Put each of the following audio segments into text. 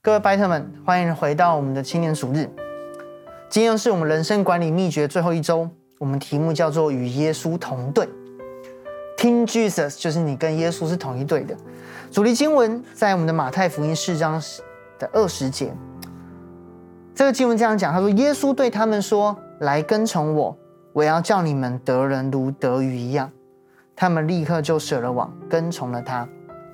各位拜特们，欢迎回到我们的青年主日。今天是我们人生管理秘诀最后一周，我们题目叫做与耶稣同队。Team Jesus 就是你跟耶稣是同一队的。主题经文在我们的马太福音4章的20节。这个经文这样讲，他说：“耶稣对他们说，来跟从我，我要叫你们得人如得鱼一样。”他们立刻就舍了网，跟从了他。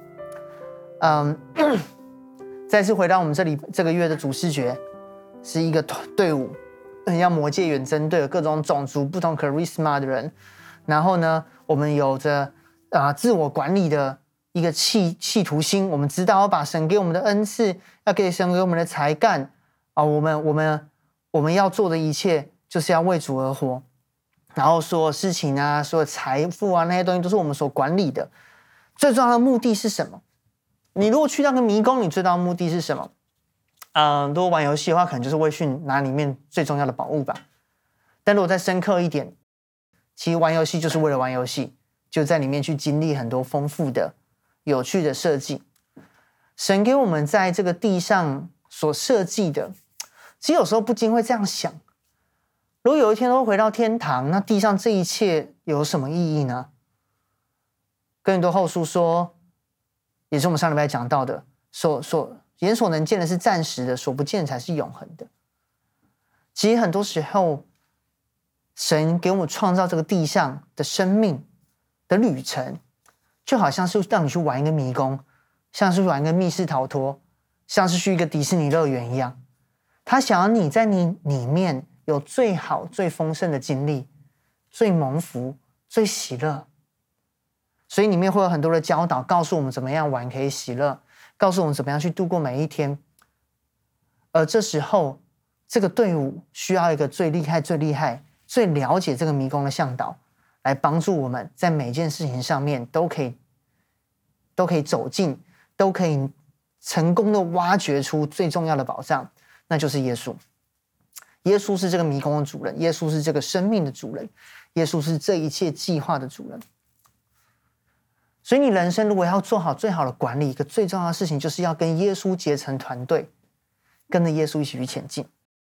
再次回到我们这个月的主视觉，是一个队伍，很像魔戒远征队，有各种种族、不同 charisma 的人。然后呢，我们有着自我管理的一个企图心，我们知道要把神给我们的恩赐，要给神给我们的才干我们要做的一切，就是要为主而活。然后所有事情啊，所有财富啊，那些东西都是我们所管理的。最重要的目的是什么？你如果去到个迷宫，你最大的目的是什么？如果玩游戏的话，可能就是为去拿里面最重要的宝物吧。但如果再深刻一点，其实玩游戏就是为了玩游戏，就在里面去经历很多丰富的、有趣的设计。神给我们在这个地上所设计的，其实有时候不禁会这样想：如果有一天都回到天堂，那地上这一切有什么意义呢？哥林多后书说，也是我们上礼拜讲到的，眼所能见的是暂时的，所不见的才是永恒的。其实很多时候，神给我们创造这个地上的生命的旅程，就好像是让你去玩一个迷宫，像是玩一个密室逃脱，像是去一个迪士尼乐园一样。他想要你在你里面有最好、最丰盛的经历，最蒙福、最喜乐。所以里面会有很多的教导，告诉我们怎么样玩可以喜乐，告诉我们怎么样去度过每一天。而这时候，这个队伍需要一个最厉害、最了解这个迷宫的向导，来帮助我们在每件事情上面都可以走进，都可以成功的挖掘出最重要的宝藏，那就是耶稣。耶稣是这个迷宫的主人，耶稣是这个生命的主人，耶稣是这一切计划的主人。所以你人生如果要做好最好的管理，一个最重要的事情就是要跟耶稣结成团队，跟着耶稣一起去前进。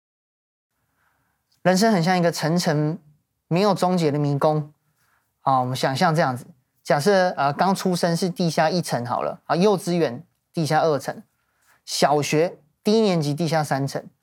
人生很像一个层层没有终结的迷宫我们想象这样子，假设刚出生是地下1层好了幼稚园地下2层，小学1年级地下3层，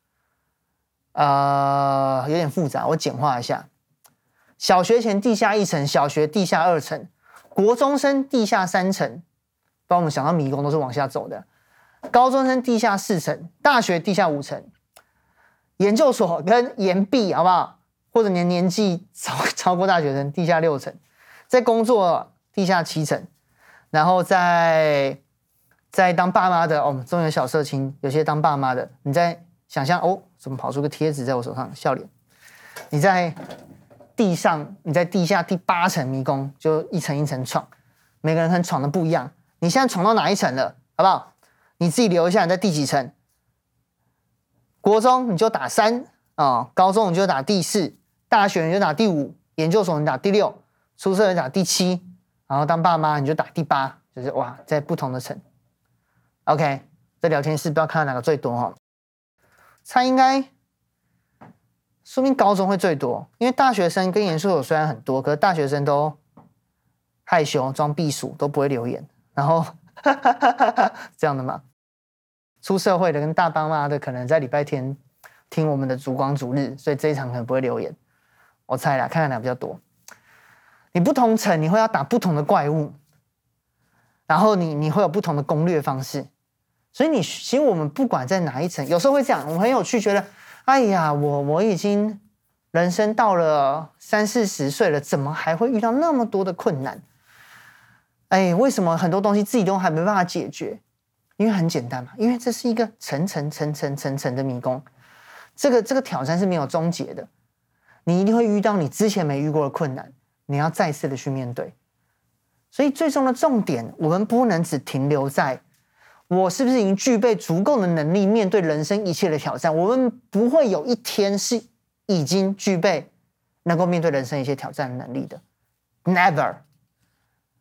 有点复杂，我简化一下。小学前地下1层，小学地下2层，国中生地下3层，把我们想到迷宫都是往下走的。高中生地下4层，大学地下5层，研究所跟研毕好不好？或者你的年纪超过大学生，地下6层，在工作地下7层，然后在当爸妈的终于有小社青，有些当爸妈的，你在想象怎么跑出个贴纸在我手上，笑脸。你在地上，你在地下第8层迷宫，就一层一层闯，每个人可能闯的不一样。你现在闯到哪一层了，好不好？你自己留一下，你在第几层？国中你就打3高中你就打第4，大学你就打第5，研究所你打第6，出社会打第7，然后当爸妈你就打第8，就是在不同的层。OK， 在聊天室不知道看到哪个最多猜应该说明高中会最多，因为大学生跟研究所虽然很多，可是大学生都害羞装避暑，都不会留言，然后这样的嘛。出社会的跟大爸妈的可能在礼拜天听我们的烛光主日，所以这一场可能不会留言。我猜啦，看看哪比较多。你不同层你会要打不同的怪物，然后你会有不同的攻略方式。所以其实我们不管在哪一层，有时候会这样，我们很有趣，觉得哎呀，我已经人生到了30-40岁了，怎么还会遇到那么多的困难？为什么很多东西自己都还没办法解决？因为很简单嘛，因为这是一个层层的迷宫，这个挑战是没有终结的，你一定会遇到你之前没遇过的困难，你要再次的去面对。所以最终的重点，我们不能只停留在我是不是已经具备足够的能力面对人生一切的挑战？我们不会有一天是已经具备能够面对人生一切挑战的能力的 ，never。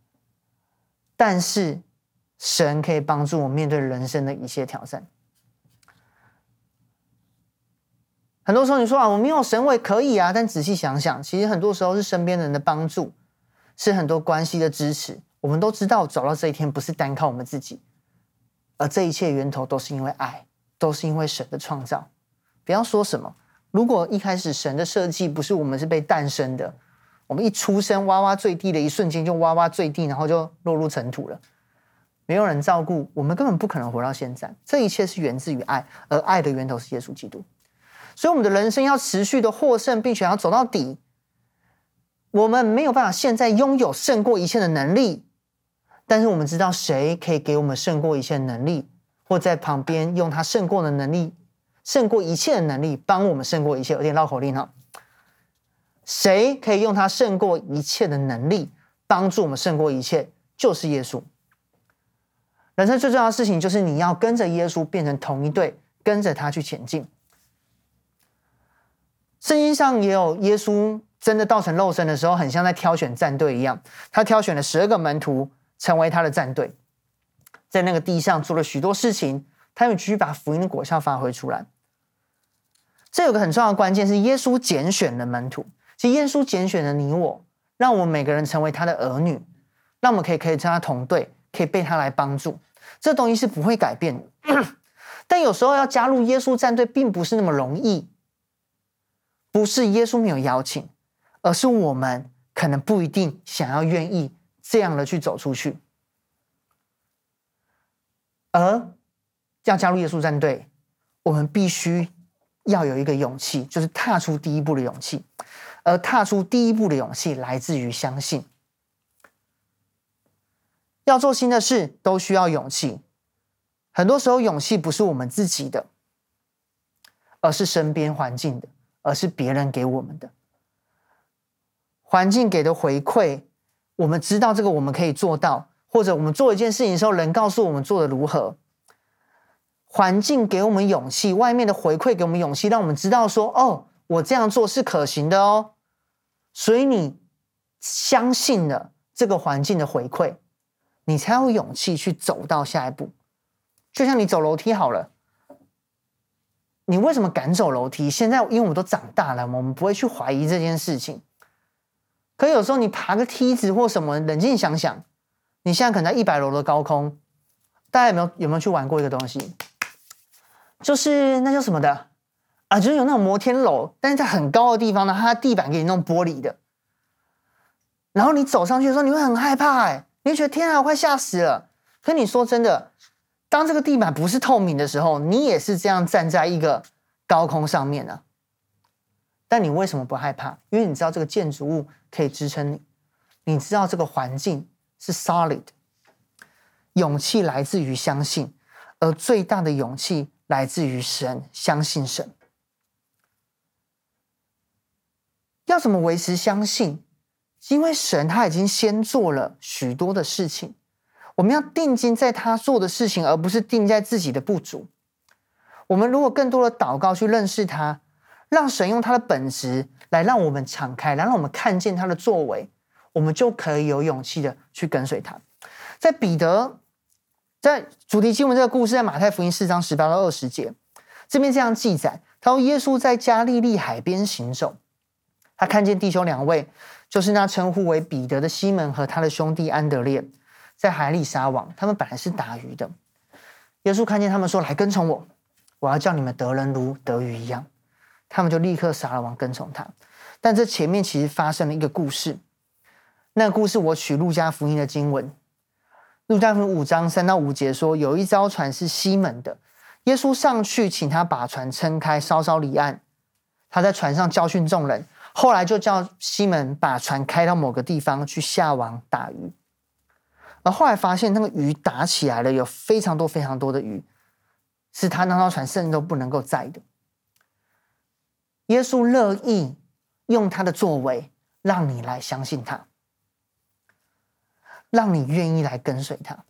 但是神可以帮助我面对人生的一切挑战。 很多时候你说啊，我没有神我也可以啊，但仔细想想，其实很多时候是身边人的帮助，是很多关系的支持。我们都知道走到这一天不是单靠我们自己，而这一切源头都是因为爱，都是因为神的创造。不要说什么，如果一开始神的设计不是我们是被诞生的，我们一出生哇哇坠地的一瞬间就哇哇坠地，然后就落入尘土了，没有人照顾，我们根本不可能活到现在。这一切是源自于爱，而爱的源头是耶稣基督。所以我们的人生要持续的获胜，并且要走到底。我们没有办法现在拥有胜过一切的能力，但是我们知道谁可以给我们胜过一切的能力，或在旁边用他胜过的能力，胜过一切的能力帮我们胜过一切。有点绕口令哈，谁可以用他胜过一切的能力帮助我们胜过一切？就是耶稣。人生最重要的事情就是你要跟着耶稣变成同一队，跟着他去前进。圣经上也有耶稣真的道成肉身的时候，很像在挑选战队一样，他挑选了12个门徒成为他的战队，在那个地上做了许多事情，他们继续把福音的果效发挥出来。这有个很重要的关键是耶稣拣选了门徒，其实耶稣拣选了你我，让我们每个人成为他的儿女，让我们可以跟他同队，可以被他来帮助。这东西是不会改变的但有时候要加入耶稣战队并不是那么容易，不是耶稣没有邀请，而是我们可能不一定想要愿意这样的去走出去。而要加入耶稣战队，我们必须要有一个勇气，就是踏出第一步的勇气。而踏出第一步的勇气来自于相信。要做新的事都需要勇气，很多时候勇气不是我们自己的，而是身边环境的，而是别人给我们的。环境给的回馈，我们知道这个我们可以做到，或者我们做一件事情的时候，人告诉我们做的如何。环境给我们勇气，外面的回馈给我们勇气，让我们知道说，哦，我这样做是可行的哦。所以你相信了这个环境的回馈，你才有勇气去走到下一步。就像你走楼梯好了，你为什么敢走楼梯？现在因为我们都长大了，我们不会去怀疑这件事情。可有时候你爬个梯子或什么，冷静想想，你现在可能在100楼的高空，大家有没有去玩过一个东西？就是那叫什么的啊？就是有那种摩天楼，但是在很高的地方呢，它地板给你弄玻璃的，然后你走上去的时候，你会很害怕你会觉得天啊，我快吓死了。可你说真的，当这个地板不是透明的时候，你也是这样站在一个高空上面啊。但你为什么不害怕？因为你知道这个建筑物可以支撑你，你知道这个环境是 solid。勇气来自于相信，而最大的勇气来自于神，相信神。要怎么维持相信？因为神他已经先做了许多的事情，我们要定睛在他做的事情，而不是定在自己的不足。我们如果更多的祷告去认识他，让神用他的本质来让我们敞开，来让我们看见他的作为，我们就可以有勇气的去跟随他。在彼得在主题经文这个故事，在马太福音4章18到20节，这边这样记载，他说耶稣在加利利海边行走，他看见弟兄2位，就是那称呼为彼得的西门和他的兄弟安德烈，在海里撒网，他们本来是打鱼的。耶稣看见他们说，来跟从我，我要叫你们得人如得鱼一样。他们就立刻撒了网跟从他。但这前面其实发生了一个故事，那个故事我取路加福音的经文，路加福音5章3到5节说，有一艘船是西门的，耶稣上去请他把船撑开，稍稍离岸，他在船上教训众人，后来就叫西门把船开到某个地方去下网打鱼。而后来发现那个鱼打起来了，有非常多非常多的鱼，是他那艘船甚至都不能够载的。耶稣乐意用他的作为让你来相信他，让你愿意来跟随他。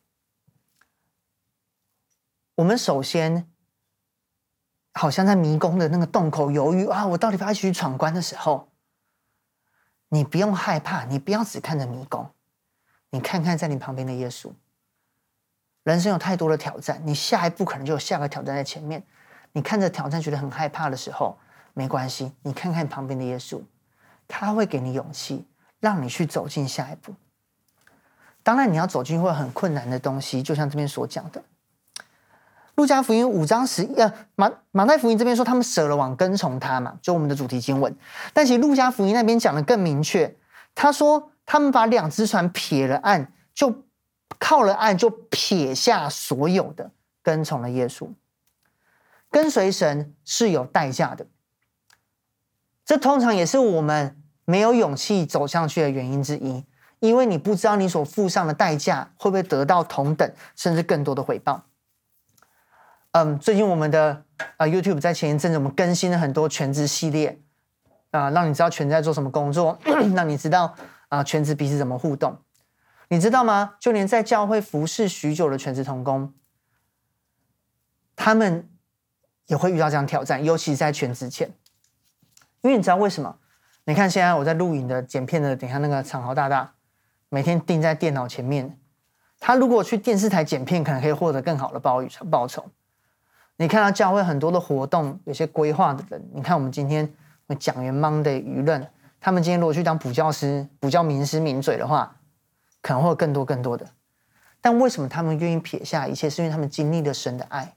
我们首先好像在迷宫的那个洞口犹豫啊，我到底要不要去闯关的时候，你不用害怕，你不要只看着迷宫，你看看在你旁边的耶稣。人生有太多的挑战，你下一步可能就有下个挑战在前面，你看着挑战觉得很害怕的时候， 没关系，你看看旁边的耶稣，他会给你勇气，让你去走进下一步。当然，你要走进会很困难的东西，就像这边所讲的。路加福音5章马太福音这边说他们舍了网跟从他嘛，就我们的主题经文。但其实路加福音那边讲的更明确，他说他们把2只船撇了岸，就靠了岸，就撇下所有的，跟从了耶稣。跟随神是有代价的，这通常也是我们没有勇气走上去的原因之一，因为你不知道你所付上的代价会不会得到同等甚至更多的回报。最近我们的YouTube 在前一阵子我们更新了很多全职系列让你知道全职在做什么工作，让你知道全职彼此怎么互动。你知道吗？就连在教会服侍许久的全职同工，他们也会遇到这样挑战，尤其是在全职前。因为你知道为什么？你看现在我在录影的剪片的，等一下那个长豪大大每天盯在电脑前面，他如果去电视台剪片，可能可以获得更好的报酬。你看到教会很多的活动，有些规划的人，你看我们今天讲员 Monday 舆论，他们今天如果去当补教师、补教名师名嘴的话，可能会有更多的。但为什么他们愿意撇下一切？是因为他们经历了神的爱。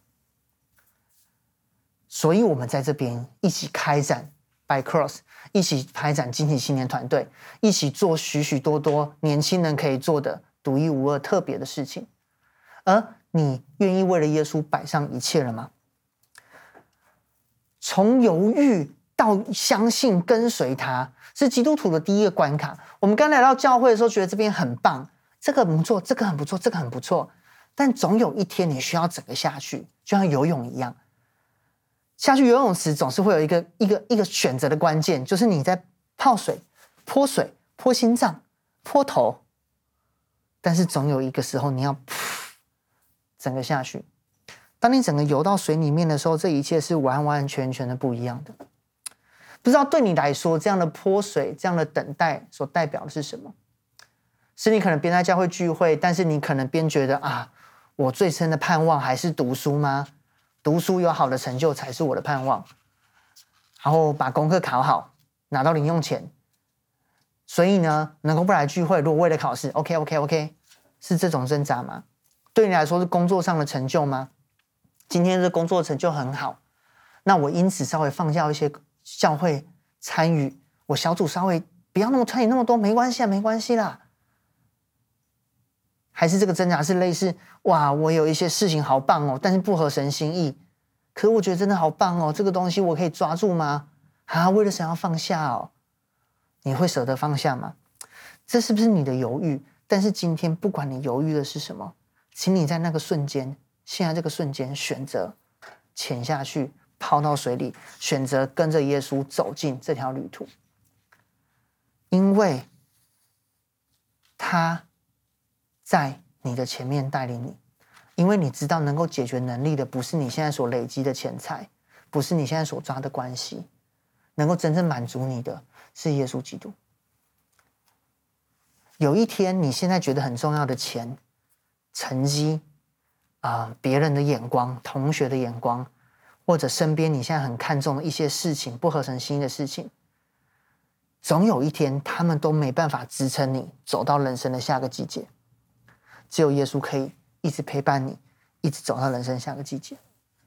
所以我们在这边一起开展 By Cross， 一起开展惊喜青年团队，一起做许许多多年轻人可以做的独一无二特别的事情。而你愿意为了耶稣摆上一切了吗？从犹豫到相信跟随他，是基督徒的第一个关卡。我们刚来到教会的时候，觉得这边很棒，这个不错，这个很不错，这个很不错。但总有一天你需要整个下去，就像游泳一样。下去游泳池总是会有一个选择的关键，就是你在泡水、泼水、泼心脏、泼头，但是总有一个时候你要整个下去。当你整个游到水里面的时候，这一切是完完全全的不一样的。不知道对你来说，这样的泼水、这样的等待所代表的是什么？是你可能边在教会聚会，但是你可能边觉得我最深的盼望还是读书吗？读书有好的成就才是我的盼望，然后把功课考好，拿到零用钱。所以呢，能够不来聚会，如果为了考试 ，OK， 是这种挣扎吗？对你来说是工作上的成就吗？今天这工作成就很好，那我因此稍微放下一些教会参与，我小组稍微不要那么参与那么多，没关系啦。还是这个挣扎是类似，我有一些事情好棒哦，但是不合神心意，可是我觉得真的好棒哦，这个东西我可以抓住吗？为了神要放下哦，你会舍得放下吗？这是不是你的犹豫？但是今天不管你犹豫的是什么，请你在那个瞬间，现在这个瞬间选择潜下去，泡到水里，选择跟着耶稣走进这条旅途，因为他在你的前面带领你，因为你知道能够解决能力的不是你现在所累积的钱财，不是你现在所抓的关系，能够真正满足你的是耶稣基督。有一天你现在觉得很重要的钱、成绩别人的眼光、同学的眼光，或者身边你现在很看重的一些事情，不合神心意的事情，总有一天他们都没办法支撑你走到人生的下个季节。只有耶稣可以一直陪伴你，一直走到人生下个季节。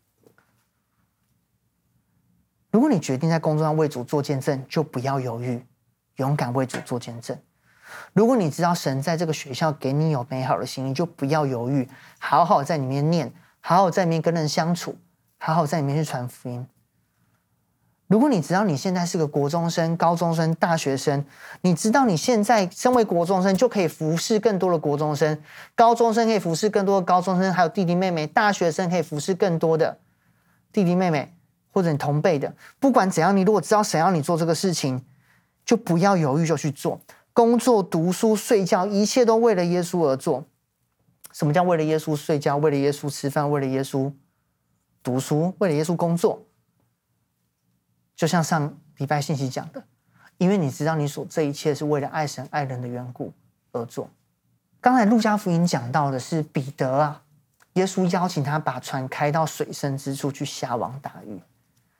如果你决定在工作上为主做见证，就不要犹豫，勇敢为主做见证。如果你知道神在这个学校给你有美好的心意，就不要犹豫，好好在里面念，好好在里面跟人相处，好好在里面去传福音。如果你知道你现在是个国中生、高中生、大学生，你知道你现在身为国中生就可以服侍更多的国中生，高中生可以服侍更多的高中生，还有弟弟妹妹，大学生可以服侍更多的弟弟妹妹或者你同辈的。不管怎样，你如果知道神要你做这个事情，就不要犹豫，就去做。工作、读书、睡觉，一切都为了耶稣而做。什么叫为了耶稣睡觉？为了耶稣吃饭？为了耶稣读书？为了耶稣工作？就像上礼拜信息讲的，因为你知道你所这一切是为了爱神爱人的缘故而做。刚才路加福音讲到的是彼得耶稣邀请他把船开到水深之处去下网打鱼。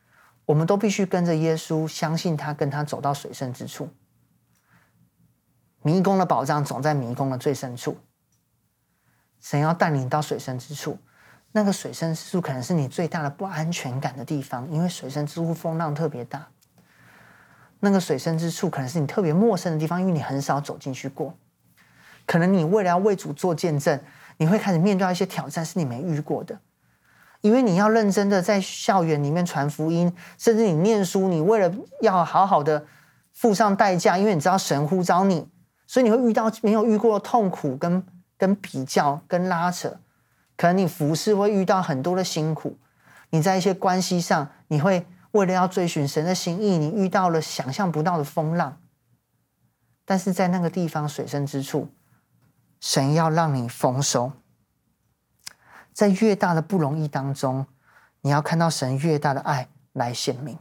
我们都必须跟着耶稣，相信他，跟他走到水深之处。迷宫的宝藏总在迷宫的最深处。神要带你到水深之处，那个水深之处可能是你最大的不安全感的地方，因为水深之处风浪特别大。那个水深之处可能是你特别陌生的地方，因为你很少走进去过。可能你为了要为主做见证，你会开始面对到一些挑战是你没遇过的，因为你要认真的在校园里面传福音，甚至你念书，你为了要好好的付上代价，因为你知道神呼召你，所以你会遇到没有遇过的痛苦跟比较跟拉扯。可能你服侍会遇到很多的辛苦，你在一些关系上，你会为了要追寻神的心意，你遇到了想象不到的风浪。但是在那个地方水深之处，神要让你丰收。在越大的不容易当中，你要看到神越大的爱来显明。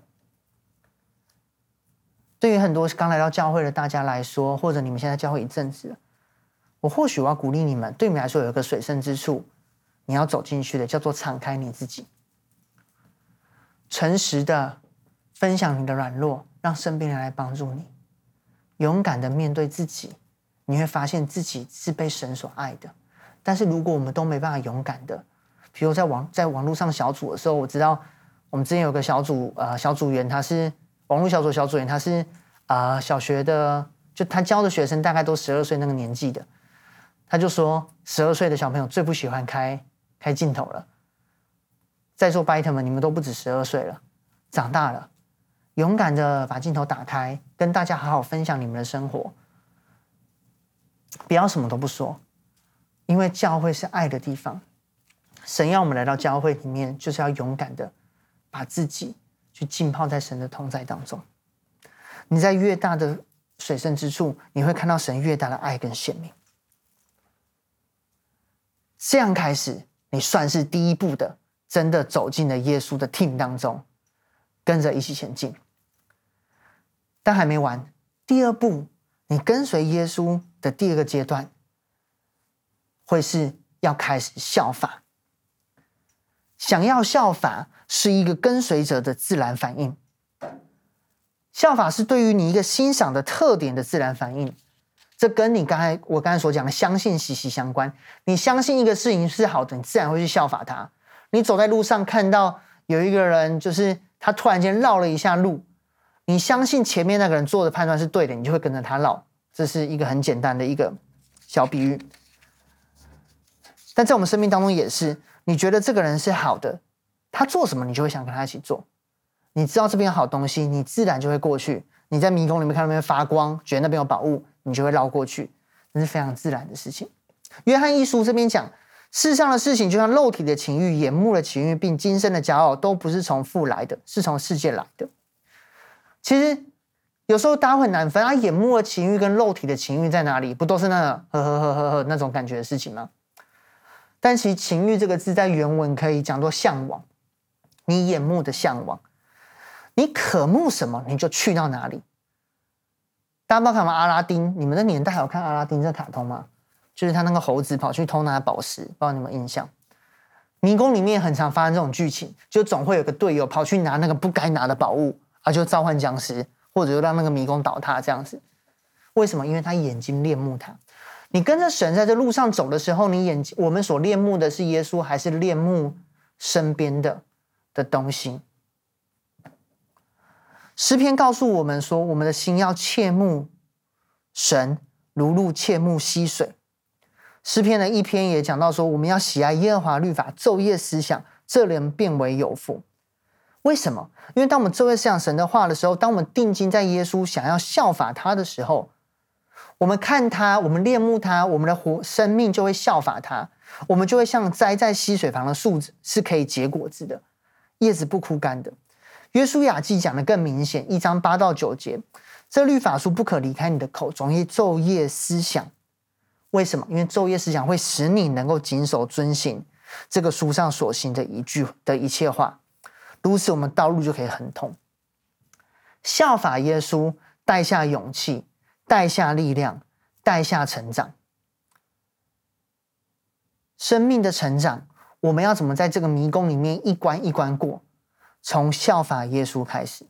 对于很多刚来到教会的大家来说，或者你们现在教会一阵子了，我或许我要鼓励你们，对你们来说有一个水深之处，你要走进去的，叫做敞开你自己，诚实的分享你的软弱，让身边人来帮助你，勇敢的面对自己，你会发现自己是被神所爱的。但是如果我们都没办法勇敢的，比如在网络上小组的时候，我知道我们之前有个小组员，他是网络小组小组员，他是小学的，就他教的学生大概都12岁那个年纪的，他就说12岁的小朋友最不喜欢开镜头了。在座拜特们，你们都不止12岁了，长大了，勇敢的把镜头打开，跟大家好好分享你们的生活，不要什么都不说，因为教会是爱的地方。神要我们来到教会里面，就是要勇敢的把自己去浸泡在神的同在当中。你在越大的水深之处，你会看到神越大的爱跟显明。这样开始，你算是第一步的，真的走进了耶稣的 team 当中，跟着一起前进。但还没完，第二步，你跟随耶稣的第二个阶段，会是要开始效法。想要效法是一个跟随者的自然反应，效法是对于你一个欣赏的特点的自然反应，这跟我刚才所讲的相信息息相关。你相信一个事情是好的，你自然会去效法它。你走在路上看到有一个人，就是他突然间绕了一下路，你相信前面那个人做的判断是对的，你就会跟着他绕。这是一个很简单的一个小比喻。但在我们生命当中也是，你觉得这个人是好的，他做什么你就会想跟他一起做。你知道这边有好东西，你自然就会过去。你在迷宫里面看到那边发光，觉得那边有宝物，你就会绕过去，这是非常自然的事情。约翰一书这边讲，世上的事情就像肉体的情欲、眼目的情欲，并今生的骄傲，都不是从父来的，是从世界来的。其实有时候大家会很难分眼目的情欲跟肉体的情欲在哪里？不都是那呵那种感觉的事情吗？但其实情欲这个字在原文可以讲作向往，你眼目的向往，你渴慕什么你就去到哪里。大家不知道看吗？阿拉丁，你们的年代还有看阿拉丁这卡通吗？就是他那个猴子跑去偷拿宝石，不知道你们有印象？迷宫里面很常发生这种剧情，就总会有个队友跑去拿那个不该拿的宝物，就召唤僵尸，或者就让那个迷宫倒塌这样子。为什么？因为他眼睛恋慕他。你跟着神在这路上走的时候，我们所恋慕的是耶稣，还是恋慕身边的东西？诗篇告诉我们说，我们的心要切慕神，如入切慕溪水。诗篇的一篇也讲到说，我们要喜爱耶和华律法，昼夜思想，这人便为有福。为什么？因为当我们昼夜思想神的话的时候，当我们定睛在耶稣，想要效法他的时候，我们看他，我们恋慕他，我们的生命就会效法他，我们就会像栽在溪水旁的树子，是可以结果子的，叶子不枯干的。约书亚记讲的更明显，1章8到9节，这律法书不可离开你的口，总要昼夜思想。为什么？因为昼夜思想会使你能够谨守遵行这个书上所行的一切话，如此我们道路就可以亨通。效法耶稣，带下勇气，带下力量，带下成长。生命的成长，我们要怎么在这个迷宫里面一关一关过？ 从效法耶稣开始。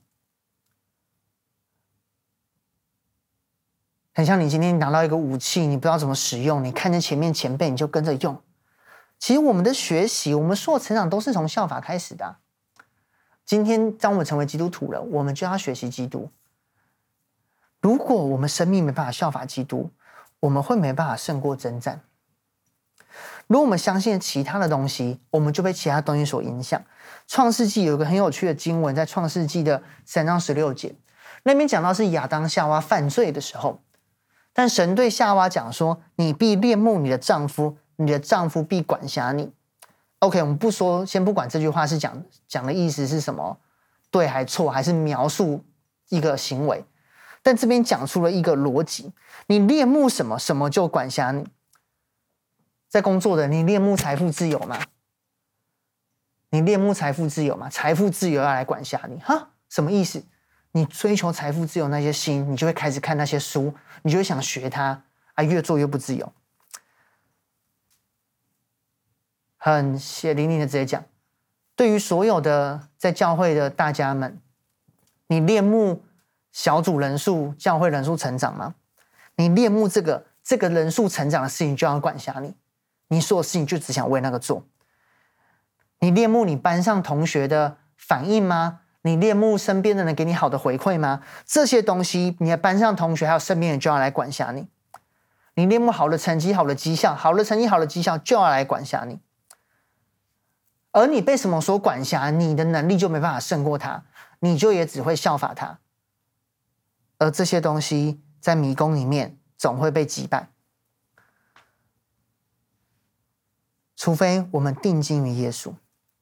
很像你今天拿到一个武器，你不知道怎么使用，你看见前面前辈你就跟着用。其实我们的学习，我们所有成长都是从效法开始的啊。今天当我们成为基督徒了，我们就要学习基督。如果我们生命没办法效法基督，我们会没办法胜过征战。如果我们相信其他的东西，我们就被其他东西所影响。创世纪有一个很有趣的经文，在创世纪的3章16节，那边讲到是亚当夏娃犯罪的时候，但神对夏娃讲说：“你必恋慕你的丈夫，你的丈夫必管辖你。” OK， 我们不说，先不管这句话是讲的意思是什么，对还错，还是描述一个行为，但这边讲出了一个逻辑：你恋慕什么，什么就管辖你。在工作的，你恋慕财富自由吗？你恋慕财富自由吗？财富自由要来管辖你，哈？什么意思？你追求財富自由那些心，你就会开始看那些書，你就會想學它啊，越做越不自由。很血淋淋的直接講，對於所有的在教會的大家們，你戀慕小組人數、教會人數成長嗎？你戀慕這個人數成長的事情就要管轄你，你所有事情就只想為那個做。你戀慕你班上同學的反應嗎？你戀慕身邊的人給你好的回饋嗎？這些東西，你的班上同學還有身邊人就要來管轄你。你戀慕好的成績、好的績效，好的成績、好的績效就要來管轄你。而你被什麼所管轄，你的能力就沒辦法勝過他，你就也只會效法他。而這些東西在迷宮裡面總會被擊敗，除非我們定睛於耶穌。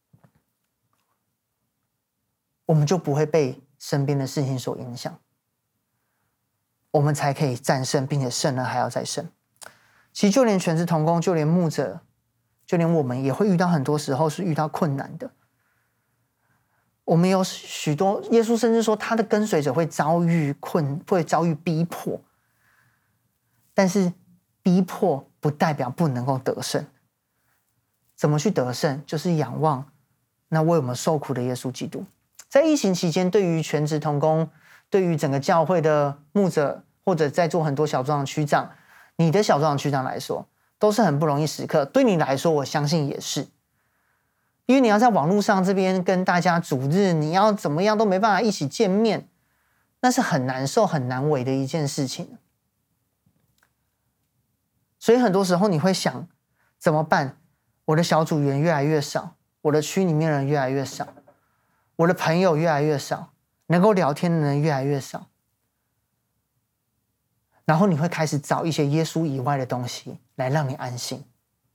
我們就不會被身邊的事情所影響，我們才可以戰勝，並且勝了還要再勝。其實就連全職同工，就連牧者，就連我們也會遇到很多時候是遇到困難的。我們有許多，耶穌甚至說他的跟隨者會遭遇逼迫，但是逼迫不代表不能夠得勝。怎麼去得勝？就是仰望那為我們受苦的耶穌基督。在疫情期間，對於全職同工，對於整個教會的牧者，或者在做很多小組長區長，你的小組長區長來說，都是很不容易時刻。對你來說，我相信也是，因為你要在網絡上這邊跟大家主日，你要怎麼樣都沒辦法一起見面，那是很難受、很難為的一件事情。所以很多時候你會想，怎麼辦？我的小組員越來越少，我的區裡面人越來越少。我的朋友越來越少，能夠聊天的人越來越少，然後你會開始找一些耶穌以外的東西來讓你安心。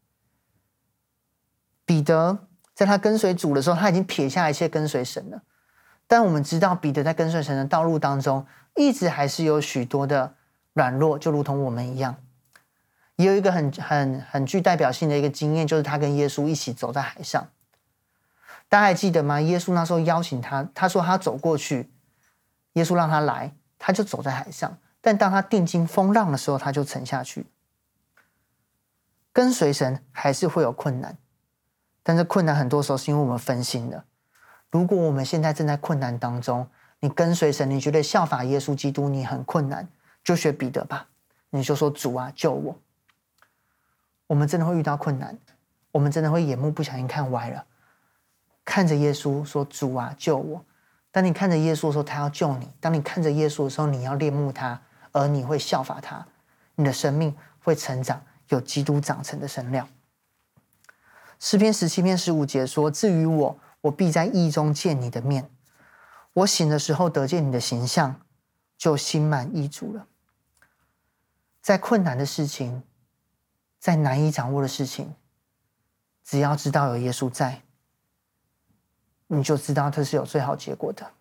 彼得在他跟隨主的時候，他已經撇下一切跟隨神了，但我們知道彼得在跟隨神的道路當中，一直還是有許多的軟弱，就如同我們一樣。也有一個很具代表性的一個經驗，就是他跟耶穌一起走在海上。大家還記得嗎？耶穌那時候邀請他，他說他走過去，耶穌讓他來，他就走在海上。但當他定睛風浪的時候，他就沉下去。跟隨神還是會有困難，但是困難很多時候是因為我們分心了。如果我們現在正在困難當中，你跟隨神，你覺得效法耶穌基督你很困難，就學彼得吧，你就說主啊救我。我們真的會遇到困難，我們真的會眼目不小心看歪了。看着耶穌說主啊救我。當你看着耶穌的時候，他要救你。當你看着耶穌的時候，你要戀慕他，而你會效法他，你的生命會成長，有基督長成的身量。詩篇17篇15節說，至於我，我必在義中見你的面，我醒的時候得見你的形象，就心滿意足了。在困難的事情，在難以掌握的事情，只要知道有耶穌在，你就知道它是有最好結果的。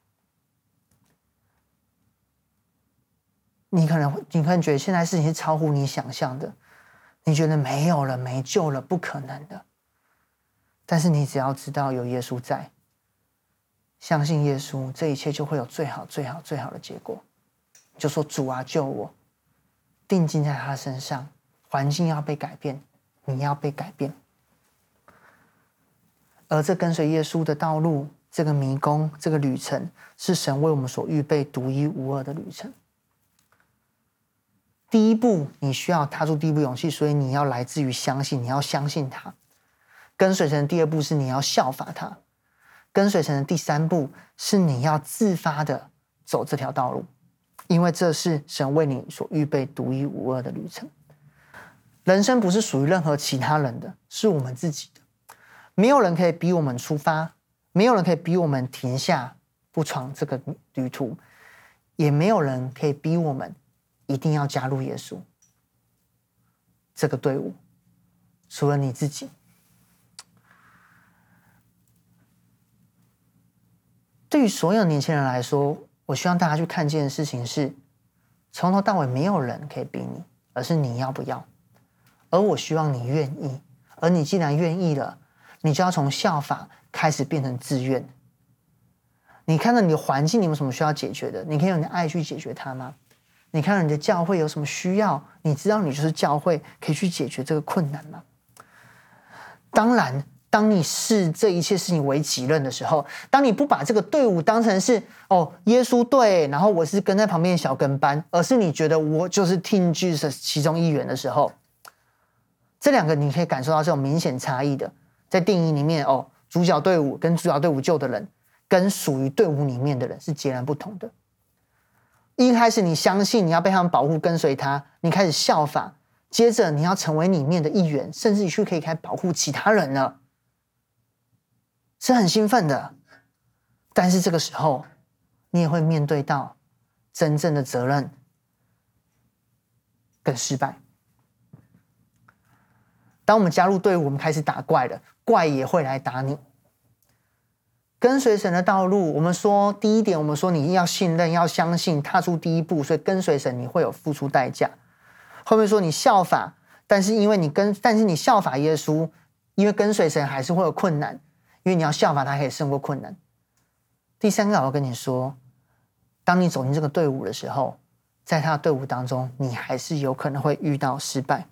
你可能覺得現在事情是超乎你想象的，你覺得沒有了，沒救了，不可能的。但是你只要知道有耶穌在，相信耶穌，這一切就會有最好、最好、最好的結果。就說主啊救我，定睛在他身上，環境要被改變，你要被改變。而這跟隨耶穌的道路， 这个迷宫，这个旅程是神为我们所预备独一无二的旅程。第一步，你需要踏出第一步勇气，所以你要来自于相信，你要相信他。跟随神的第二步是你要效法他，跟随神的第三步是你要自发的走这条道路，因为这是神为你所预备独一无二的旅程。人生不是属于任何其他人的，是我们自己的。没有人可以逼我们出发，没有人可以逼我们停下不闯这个旅途，也没有人可以逼我们一定要加入耶稣这个队伍，除了你自己。对于所有年轻人来说，我希望大家去看见的事情是，从头到尾没有人可以逼你，而是你要不要。而我希望你愿意，而你既然愿意了，你就要从效法开始变成自愿。你看到你的环境，你有什么需要解决的？你可以用你的爱去解决它吗？你看到你的教会有什么需要？你知道你就是教会，可以去解决这个困难吗？当然，当你视这一切事情为己任的时候，当你不把这个队伍当成是耶稣队，然后我是跟在旁边的小跟班，而是你觉得我就是 Team Jesus 其中一员的时候，这两个你可以感受到这种明显差异的。在电影里面主角队伍跟主角队伍救的人，跟属于队伍里面的人是截然不同的。一开始你相信你要被他们保护，跟随他，你开始效法，接着你要成为里面的一员，甚至你去可以开始保护其他人了，是很兴奋的。但是这个时候你也会面对到真正的责任跟失败。当我们加入队伍，我们开始打怪了，怪也会来打你。跟随神的道路，我们说第一点，我们说你要信任，要相信，踏出第一步，所以跟随神你会有付出代价。后面说你效法，但是你效法耶稣，因为跟随神还是会有困难，因为你要效法他可以胜过困难。第三个，我要跟你说，当你走进这个队伍的时候，在他的队伍当中，你还是有可能会遇到失败。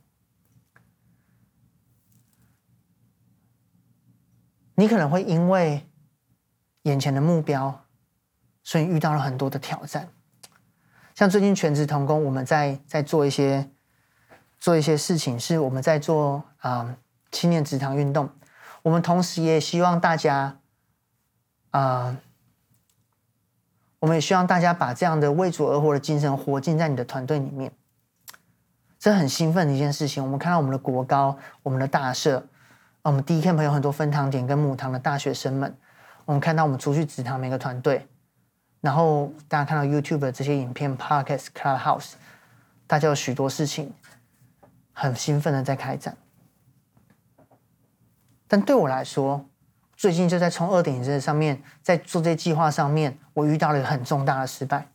你可能会因为眼前的目标，所以遇到了很多的挑战。像最近全职同工，我们在做一些事情，是我们在做青年职堂运动。我们同时也希望大家我们也希望大家把这样的为主而活的精神活进在你的团队里面。这很兴奋的一件事情。我们看到我们的国高，我们的大社，我们第一 camp 有很多分堂点跟母堂的大学生们，我们看到我们出去职堂每个团队，然后大家看到 YouTube 的这些影片 Podcast Clubhouse， 大家有许多事情很兴奋的在开展。但对我来说，最近就在冲2.0这上面，在做这些计划上面，我遇到了一个很重大的失败。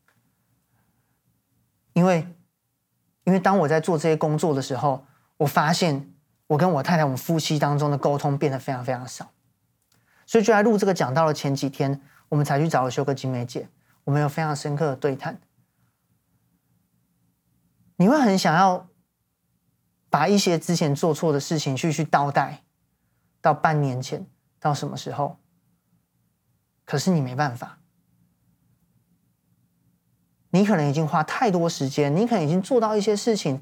因为当我在做这些工作的时候，我发现我跟我太太我们夫妻当中的沟通变得非常非常少。所以就在录这个讲道的前几天，我们才去找了修哥金梅姐，我们有非常深刻的对谈。你会很想要把一些之前做错的事情去倒带到半年前，到什么时候？可是你没办法，你可能已经花太多时间，你可能已经做到一些事情，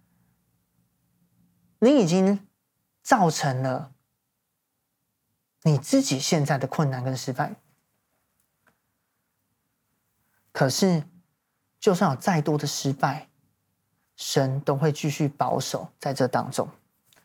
你已经造成了你自己现在的困难跟失败。可是就算有再多的失败，神都会继续保守在这当中。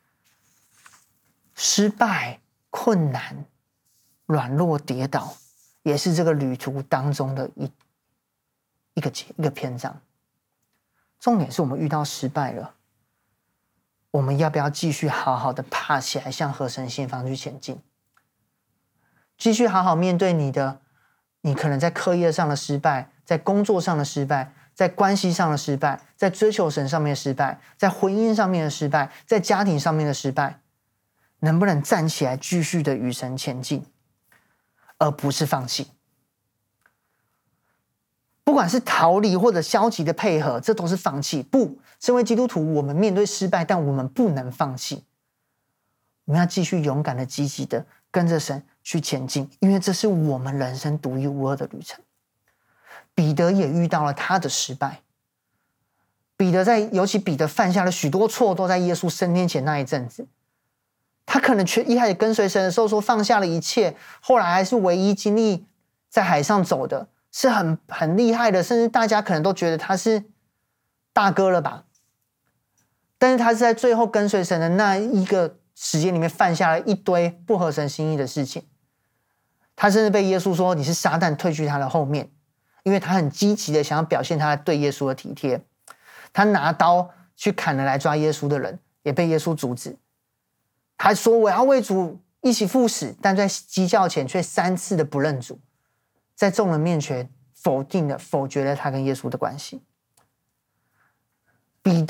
失败、困难、软弱、跌倒，也是这个旅途当中的一个篇章。重点是我们遇到失败了，我们要不要继续好好的爬起来，向合神心方去前进？继续好好面对你可能在课业上的失败，在工作上的失败，在关系上的失败，在追求神上面的失败，在婚姻上面的失败，在家庭上面的失败，能不能站起来继续的与神前进，而不是放弃？不管是逃离或者消极的配合，这都是放弃。不，身为基督徒，我们面对失败，但我们不能放弃。我们要继续勇敢的、积极的跟着神去前进，因为这是我们人生独一无二的旅程。彼得也遇到了他的失败。尤其彼得犯下了许多错，都在耶稣升天前那一阵子。他可能一开始跟随神的时候说放下了一切，后来还是唯一经历在海上走的，是很厉害的，甚至大家可能都觉得他是大哥了吧。但是他是在最后跟随神的那一个时间里面犯下了一堆不合神心意的事情。他甚至被耶稣说你是撒旦，退去他的后面，因为他很积极的想要表现他对耶稣的体贴。他拿刀去砍了来抓耶稣的人，也被耶稣阻止。他说我要为主一起赴死，但在鸡叫前却3次的不认主，在众人面前否决了他跟耶稣的关系。彼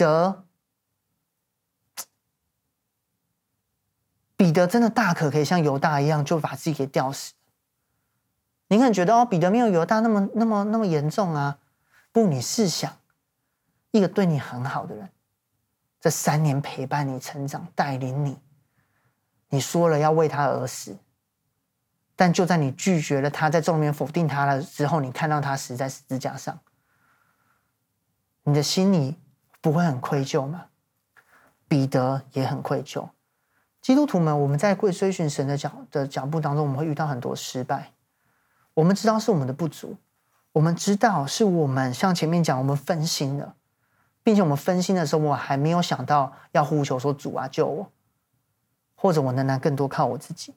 得真的大可以像犹大一样就把自己给吊死。你可能觉得彼得没有犹大那么严重啊。不，你试想一个对你很好的人，这3年陪伴你成长，带领你，你说了要为他而死，但就在你拒绝了他，在众人面否定他了之后，你看到他死在十字架上，你的心里不会很愧疚吗？彼得也很愧疚。基督徒们，我们在追寻神的脚步当中，我们会遇到很多失败。我们知道是我们的不足，我们知道是我们像前面讲，我们分心了，并且我们分心的时候，我还没有想到要呼求说主啊救我，或者我仍然更多靠我自己。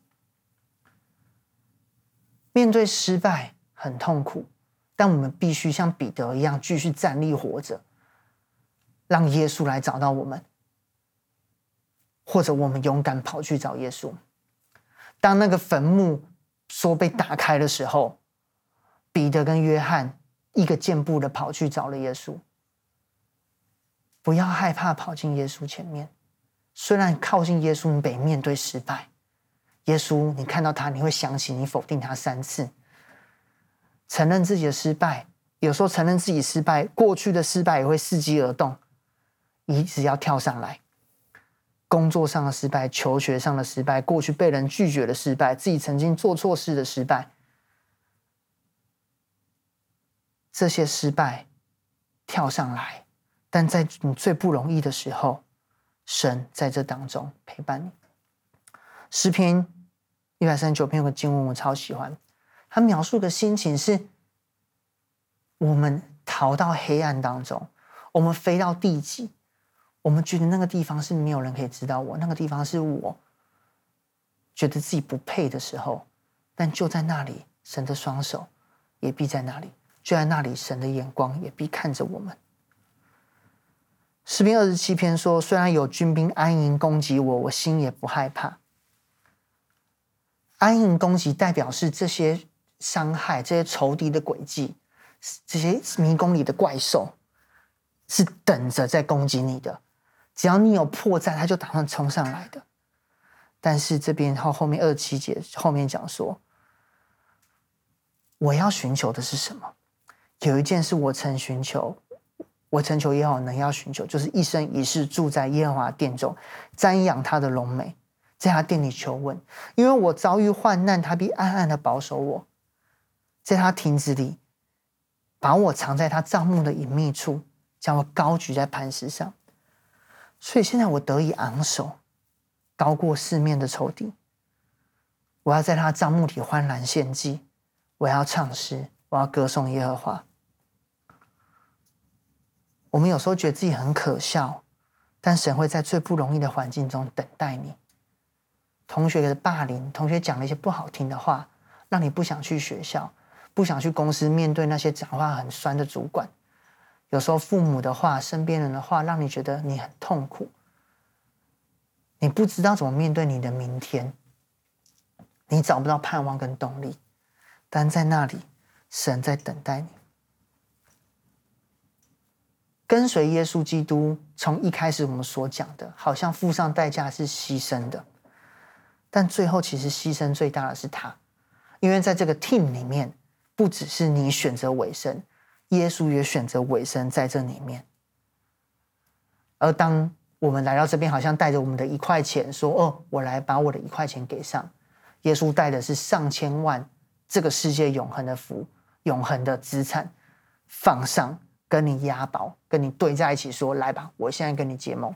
面对失败很痛苦，但我们必须像彼得一样继续站立活着，让耶稣来找到我们，或者我们勇敢跑去找耶稣。当那个坟墓说被打开的时候，彼得跟约翰一个箭步的跑去找了耶稣。不要害怕跑进耶稣前面，虽然靠近耶稣你得面对失败，耶稣你看到他你会想起你否定他3次，承认自己的失败，有时候承认自己失败，过去的失败也会伺机而动，一直要跳上来。工作上的失败，求学上的失败，过去被人拒绝的失败，自己曾经做错事的失败，这些失败跳上来，但在你最不容易的时候，神在这当中陪伴你。诗篇139篇有个经文我超喜欢，他描述的心情是我们逃到黑暗当中，我们飞到地极，我们觉得那个地方是没有人可以知道我，那个地方是我觉得自己不配的时候，但就在那里，神的双手也必在那里，就在那里，神的眼光也必看着我们。诗篇27篇说，虽然有军兵安营攻击我，我心也不害怕。安营攻击代表是这些伤害，这些仇敌的诡计，这些迷宫里的怪兽是等着在攻击你的，只要你有破绽，他就打算冲上来的。但是这边后面27节后面讲说，我要寻求的是什么？有一件事我曾寻求，我曾求耶和华能要寻求，就是一生一世住在耶和华殿中，瞻仰他的荣美，在他殿里求问。因为我遭遇患难，他必暗暗的保守我，在他亭子里把我藏在他帐幕的隐秘处，将我高举在磐石上。所以现在我得以昂首，高过四面的仇敌。我要在他帐幕里欢然献祭，我要唱诗，我要歌颂耶和华。我们有时候觉得自己很可笑，但神会在最不容易的环境中等待你。同学的霸凌，同学讲了一些不好听的话，让你不想去学校，不想去公司面对那些讲话很酸的主管。有时候父母的话，身边人的话，让你觉得你很痛苦，你不知道怎么面对你的明天，你找不到盼望跟动力，但在那里，神在等待你。跟随耶稣基督，从一开始我们所讲的，好像付上代价是牺牲的，但最后其实牺牲最大的是他，因为在这个 team 里面，不只是你选择委身，耶稣也选择委身在这里面。而当我们来到这边，好像带着我们的1块钱说，我来把我的1块钱给上， 耶稣带的是上千万这个世界永恒的福、永恒的资产放上，跟你押宝，跟你对在一起说：“来吧，我现在跟你结盟。”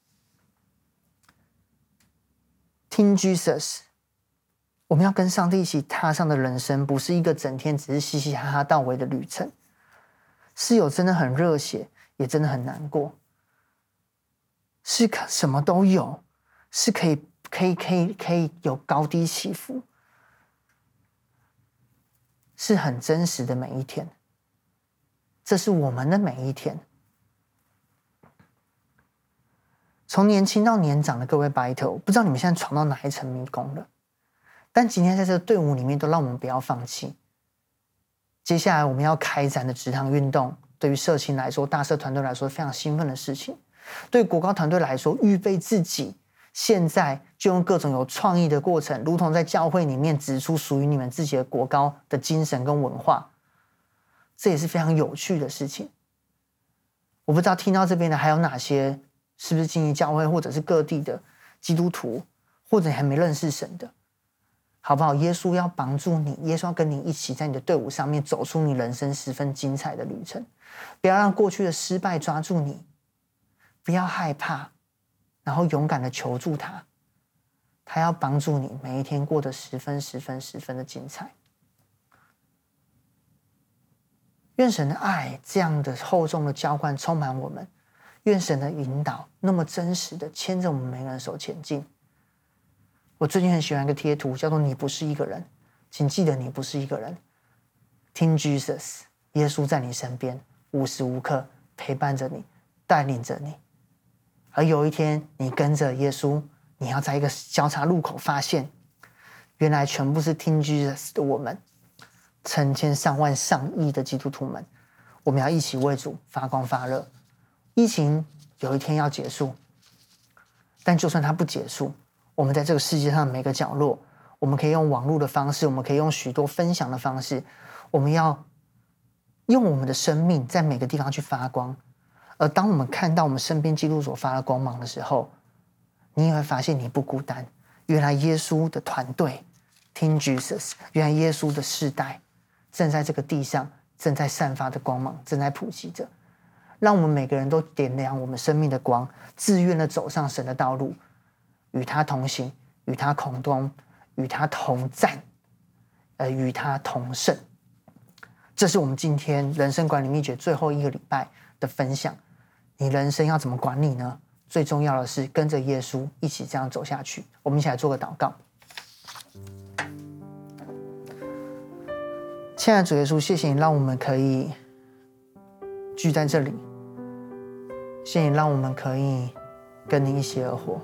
听 Jesus， 我们要跟上帝一起踏上的人生，不是一个整天只是嘻嘻哈哈到尾的旅程，是有真的很热血，也真的很难过，是什么都有，是可以有高低起伏，是很真实的每一天。这是我们的每一天。从年轻到年长的各位白头，不知道你们现在闯到哪一层迷宫了，但今天在这个队伍里面，都让我们不要放弃。接下来我们要开展的职堂运动，对于社青来说，大社团队来说非常兴奋的事情。对国高团队来说，预备自己，现在就用各种有创意的过程，如同在教会里面指出属于你们自己的国高的精神跟文化，这也是非常有趣的事情。我不知道听到这边的还有哪些是不是经营教会，或者是各地的基督徒，或者你还没认识神的，好不好？耶稣要帮助你，耶稣要跟你一起在你的队伍上面走出你人生十分精彩的旅程。不要让过去的失败抓住你，不要害怕，然后勇敢的求助他，他要帮助你每一天过得十分的精彩。愿神的爱这样的厚重的浇灌充满我们，愿神的引导那么真实的牵着我们每个人的手前进。我最近很喜欢一个贴图，叫做你不是一个人，请记得你不是一个人。听 Jesus， 耶稣在你身边，无时无刻陪伴着你，带领着你。而有一天你跟着耶稣，你要在一个交叉路口发现，原来全部是听 Jesus 的我们，成千上万上亿的基督徒们，我们要一起为主发光发热。疫情有一天要结束，但就算它不结束，我们在这个世界上的每个角落，我们可以用网络的方式，我们可以用许多分享的方式，我们要用我们的生命在每个地方去发光。而当我们看到我们身边基督所发的光芒的时候，你也会发现你不孤单。原来耶稣的团队听 Jesus， 原来耶稣的世代正在这个地上正在散发的光芒，正在普及着。让我们每个人都点亮我们生命的光，自愿的走上神的道路，与他同行，与他同工，与他同战，与他同胜。这是我们今天人生管理秘诀最后一个礼拜的分享。你人生要怎么管理呢？最重要的是跟着耶稣一起这样走下去。我们一起来做个祷告。亲爱的主耶稣，谢谢你让我们可以聚在这里，谢谢你让我们可以跟你一起而活。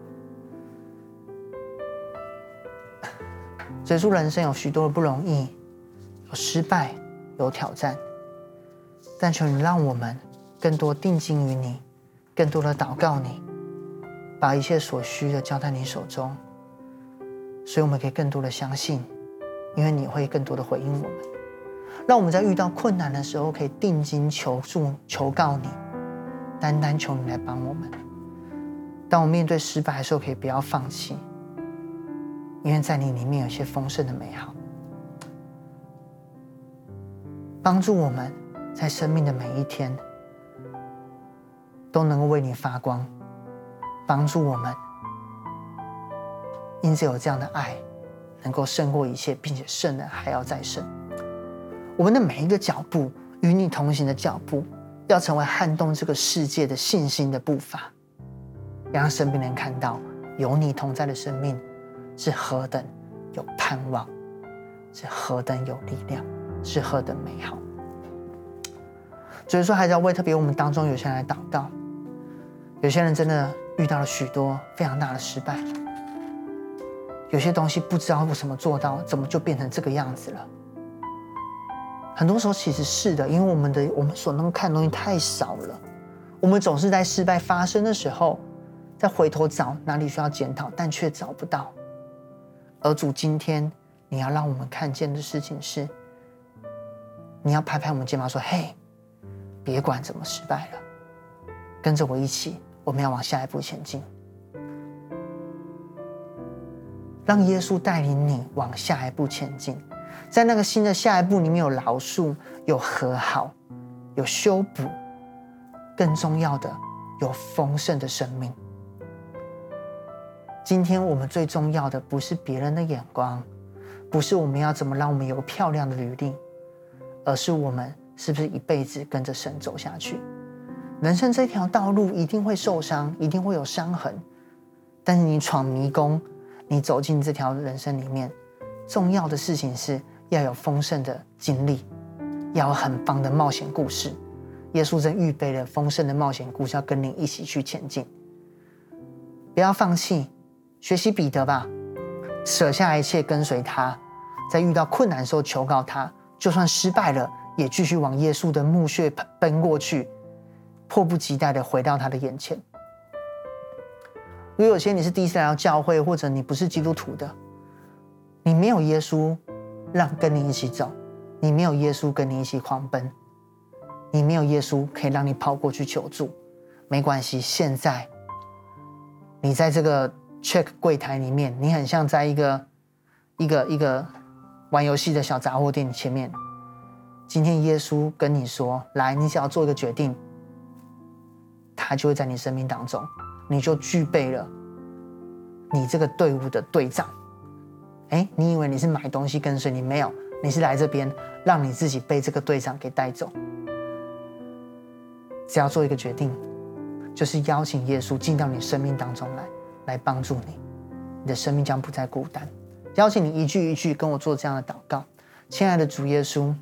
耶稣，人生有许多的不容易，有失败，有挑战，但求你让我们更多定睛于你，更多的祷告你，把一切所需的交在你手中，所以我们可以更多的相信，因为你会更多的回应我们。让我们在遇到困难的时候可以定睛求助求告你，单单求你来帮我们。当我面对失败的时候可以不要放弃，因为在你里面有一些丰盛的美好。帮助我们在生命的每一天都能够为你发光，帮助我们因此有这样的爱能够胜过一切，并且胜了还要再胜。我们的每一个脚步，与你同行的脚步，要成为撼动这个世界的信心的步伐，让身边人看到有你同在的生命是何等有盼望，是何等有力量，是何等美好。所以说还是要为特别我们当中有些人来祷告。有些人真的遇到了许多非常大的失败，有些东西不知道为什么做到，怎么就变成这个样子了。很多时候其实是的，因为我们所能看的东西太少了，我们总是在失败发生的时候再回头找哪里需要检讨，但却找不到。而主今天你要让我们看见的事情是，你要拍拍我们肩膀说，嘿，别管怎么失败了，跟着我一起，我们要往下一步前进。 让耶稣带领你往下一步前进。在那个新的下一步里面有饶恕，有和好，有修补，更重要的有丰盛的生命。今天我们最重要的不是别人的眼光，不是我们要怎么让我们有个漂亮的履历，而是我们是不是一辈子跟着神走下去。人生这条道路一定会受伤，一定会有伤痕，但是你闯迷宫，你走进这条人生里面，重要的事情是要有丰盛的经历，要有很棒的冒险故事。耶稣正预备了丰盛的冒险故事，要跟你一起去前进。不要放弃，学习彼得吧，舍下一切跟随他，在遇到困难的时候求告他，就算失败了，也继续往耶稣的墓穴奔过去，迫不及待的回到他的眼前。如果有些你是第一次来到教会，或者你不是基督徒的，你没有耶稣跟你一起走，你没有耶稣跟你一起狂奔，你没有耶稣可以让你跑过去求助，没关系。现在你在这个 check 柜台里面，你很像在一个玩游戏的小杂货店前面。今天耶稣跟你说，来，你只要做一个决定，他就会在你生命当中，你就具备了你这个队伍的队长。你以为你是买东西跟随，你没有，你是来这边让你自己被这个队长给带走。只要做一个决定，就是邀请耶稣进到你生命当中来帮助你，你的生命将不再孤单。邀请你一句一句跟我做这样的祷告。亲爱的主耶稣，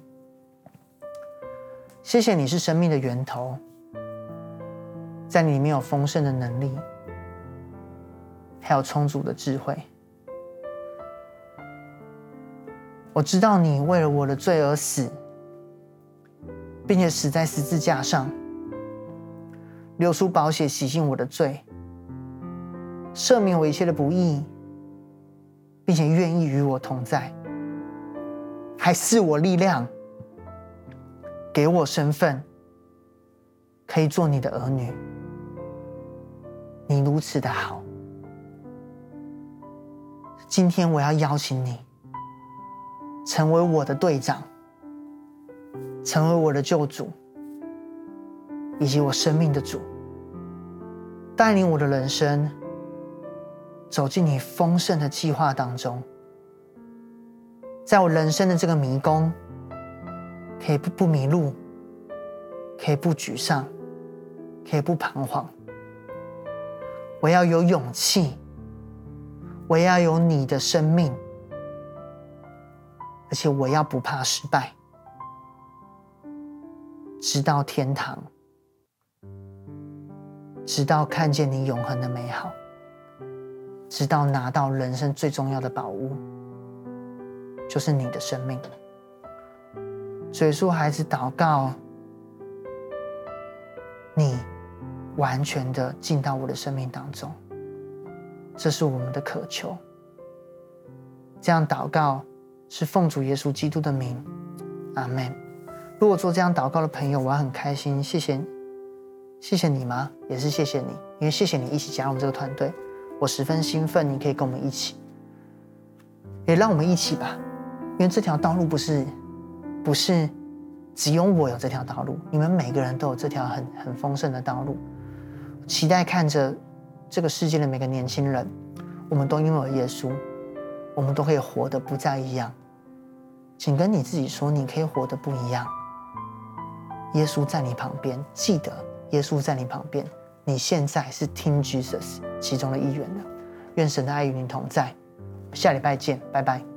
谢谢你是生命的源头，在你里面有丰盛的能力，还有充足的智慧。我知道你为了我的罪而死，并且死在十字架上，流出宝血洗净我的罪，赦免我一切的不义，并且愿意与我同在，还赐我力量，给我身份，可以做你的儿女。你如此的好，今天我要邀请你成为我的队长，成为我的救主，以及我生命的主，带领我的人生走进你丰盛的计划当中。在我人生的这个迷宫，可以不迷路，可以不沮丧，可以不彷徨。我要有勇气，我要有你的生命，而且我要不怕失败，直到天堂，直到看见你永恒的美好，直到拿到人生最重要的宝物，就是你的生命。主耶稣，孩子祷告你完全的进到我的生命当中，这是我们的渴求。这样祷告是奉主耶稣基督的名，阿们。如果做这样祷告的朋友，我要很开心，谢谢你吗？也是谢谢你，因为谢谢你一起加入我们这个团队，我十分兴奋你可以跟我们一起，也让我们一起吧，因为这条道路不是只有我有这条道路，你们每个人都有这条很丰盛的道路。期待看着这个世界的每个年轻人，我们都拥有耶稣，我们都可以活得不再一样。请跟你自己说，你可以活得不一样。耶稣在你旁边，记得耶稣在你旁边，你现在是 Team Jesus 其中的一员了。愿神的爱与你同在，下礼拜见，拜拜。